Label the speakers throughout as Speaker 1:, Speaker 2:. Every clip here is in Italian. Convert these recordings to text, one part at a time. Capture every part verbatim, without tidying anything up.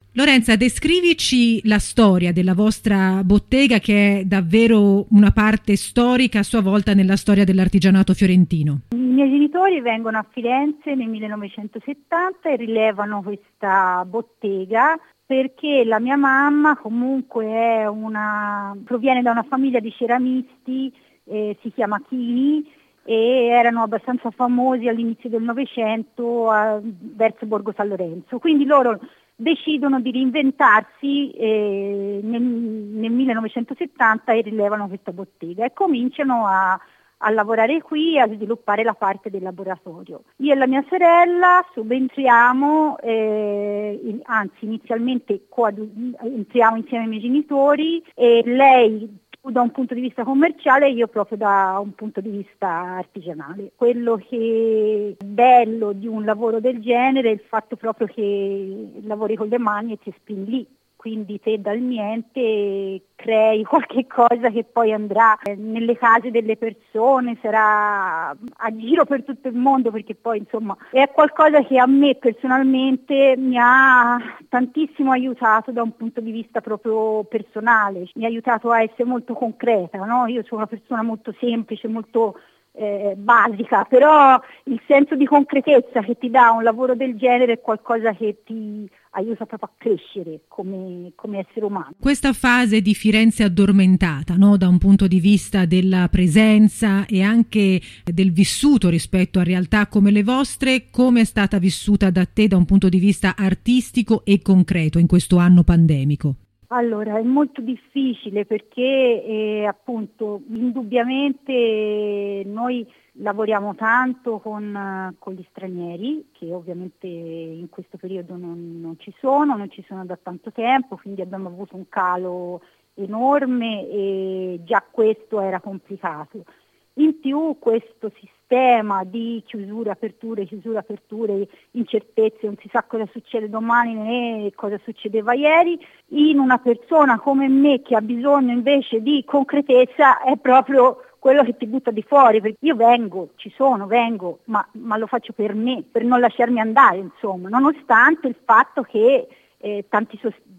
Speaker 1: Lorenza, descrivici la storia della vostra bottega, che è davvero una parte storica a sua volta nella storia dell'artigianato fiorentino.
Speaker 2: I miei genitori vengono a Firenze nel millenovecentosettanta e rilevano questa bottega perché la mia mamma comunque è una, proviene da una famiglia di ceramisti, eh, si chiama Chini, e erano abbastanza famosi all'inizio del Novecento a, verso Borgo San Lorenzo. Quindi loro decidono di reinventarsi eh, nel, nel millenovecentosettanta e rilevano questa bottega e cominciano a, a lavorare qui, a sviluppare la parte del laboratorio. Io e la mia sorella subentriamo, eh, in, anzi inizialmente coadu- entriamo insieme ai miei genitori e lei da un punto di vista commerciale e io proprio da un punto di vista artigianale. Quello che è bello di un lavoro del genere è il fatto proprio che lavori con le mani e ti esprimi lì, quindi te dal niente crei qualche cosa che poi andrà nelle case delle persone, sarà a giro per tutto il mondo, perché poi insomma è qualcosa che a me personalmente mi ha tantissimo aiutato da un punto di vista proprio personale, mi ha aiutato a essere molto concreta, no? Io sono una persona molto semplice, molto eh, basica, però il senso di concretezza che ti dà un lavoro del genere è qualcosa che ti aiuta proprio a crescere come, come essere umano.
Speaker 1: Questa fase di Firenze addormentata, no? Da un punto di vista della presenza e anche del vissuto rispetto a realtà come le vostre, come è stata vissuta da te da un punto di vista artistico e concreto in questo anno pandemico?
Speaker 2: Allora, è molto difficile perché eh, appunto indubbiamente noi lavoriamo tanto con, con gli stranieri, che ovviamente in questo periodo non, non ci sono, non ci sono da tanto tempo, quindi abbiamo avuto un calo enorme e già questo era complicato. In più questo sistema di chiusure, aperture, chiusure, aperture, incertezze, non si sa cosa succede domani né cosa succedeva ieri, in una persona come me che ha bisogno invece di concretezza è proprio quello che ti butta di fuori, perché io vengo, ci sono, vengo, ma, ma lo faccio per me, per non lasciarmi andare, insomma, nonostante il fatto che eh, tanti,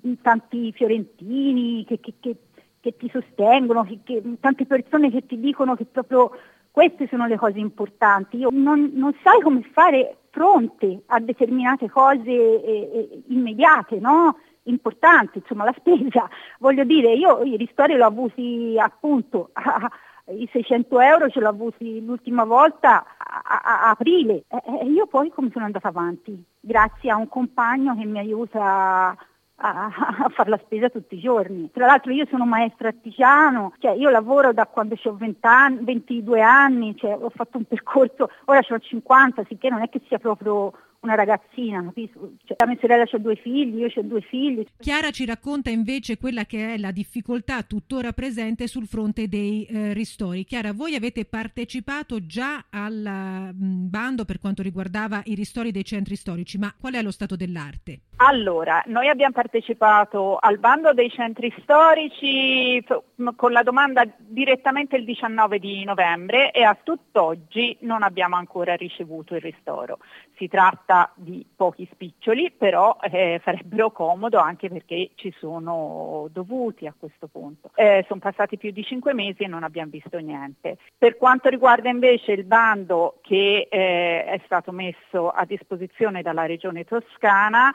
Speaker 2: tanti fiorentini che, che, che che ti sostengono, che, che, tante persone che ti dicono che proprio queste sono le cose importanti. Io non, non sai come fare fronte a determinate cose eh, eh, immediate, no? Importanti, insomma la spesa. Voglio dire, io i ristori l'ho avuti appunto, a, a, i seicento euro ce l'ho avuti l'ultima volta a, a, a aprile e eh, io poi come sono andata avanti? Grazie a un compagno che mi aiuta a, a fare la spesa tutti i giorni. Tra l'altro io sono maestro artigiano, cioè io lavoro da quando ho venti anni, ventidue anni, cioè ho fatto un percorso, ora ho cinquanta, sicché non è che sia proprio una ragazzina, capisco? Cioè, la mia sorella ha due figli, io ho due figli.
Speaker 1: Chiara ci racconta invece quella che è la difficoltà tuttora presente sul fronte dei eh, ristori. Chiara, voi avete partecipato già al mh, bando per quanto riguardava i ristori dei centri storici, ma qual è lo stato dell'arte?
Speaker 3: Allora, noi abbiamo partecipato al bando dei centri storici con la domanda direttamente il diciannove di novembre e a tutt'oggi non abbiamo ancora ricevuto il ristoro. Si tratta di pochi spiccioli, però eh, farebbero comodo anche perché ci sono dovuti a questo punto. Eh, sono passati più di cinque mesi e non abbiamo visto niente. Per quanto riguarda invece il bando che eh, è stato messo a disposizione dalla Regione Toscana,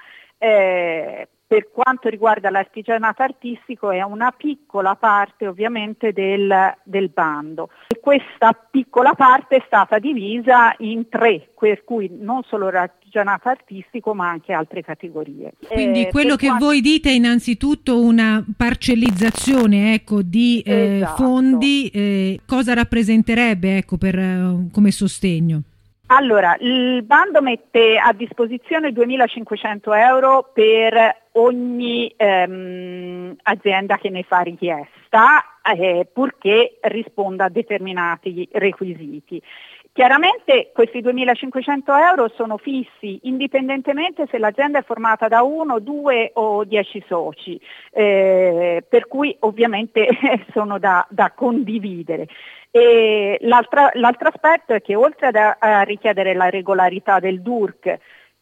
Speaker 3: Eh, per quanto riguarda l'artigianato artistico è una piccola parte ovviamente del, del bando e questa piccola parte è stata divisa in tre, per cui non solo l'artigianato artistico ma anche altre categorie.
Speaker 1: Quindi
Speaker 3: eh,
Speaker 1: quello che
Speaker 3: quanto...
Speaker 1: voi dite è innanzitutto una parcellizzazione ecco, di eh,
Speaker 3: esatto.
Speaker 1: fondi, eh, cosa rappresenterebbe ecco, per, uh, come sostegno?
Speaker 3: Allora, il bando mette a disposizione duemilacinquecento euro per ogni ehm, azienda che ne fa richiesta, eh, purché risponda a determinati requisiti. Chiaramente questi duemilacinquecento euro sono fissi indipendentemente se l'azienda è formata da uno, due o dieci soci, eh, per cui ovviamente sono da, da condividere. E l'altra, l'altro aspetto è che oltre ad, a richiedere la regolarità del D U R C,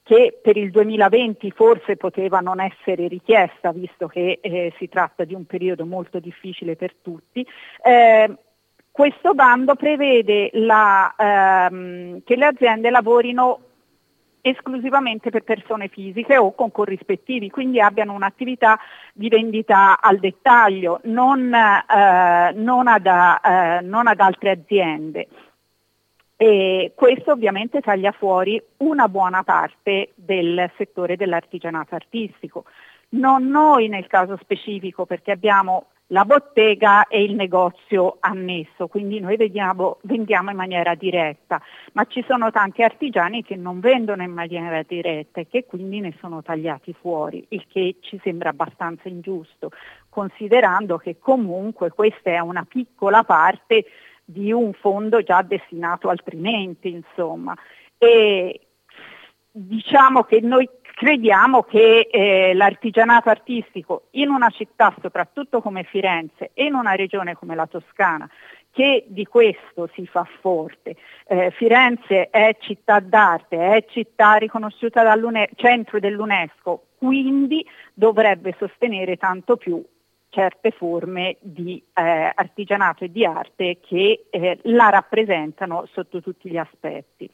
Speaker 3: che per il duemilaventi forse poteva non essere richiesta, visto che eh, si tratta di un periodo molto difficile per tutti. Eh, questo bando prevede la, ehm, che le aziende lavorino esclusivamente per persone fisiche o con corrispettivi, quindi abbiano un'attività di vendita al dettaglio, non, eh, non, ad, eh, non ad altre aziende. E questo ovviamente taglia fuori una buona parte del settore dell'artigianato artistico. Non noi nel caso specifico, perché abbiamo la bottega e il negozio annesso, quindi noi vediamo, vendiamo in maniera diretta, ma ci sono tanti artigiani che non vendono in maniera diretta e che quindi ne sono tagliati fuori, il che ci sembra abbastanza ingiusto, considerando che comunque questa è una piccola parte di un fondo già destinato altrimenti, insomma. E diciamo che noi crediamo che eh, l'artigianato artistico in una città soprattutto come Firenze e in una regione come la Toscana, che di questo si fa forte, eh, Firenze è città d'arte, è città riconosciuta dal centro dell'UNESCO, quindi dovrebbe sostenere tanto più certe forme di eh, artigianato e di arte che eh, la rappresentano sotto tutti gli aspetti.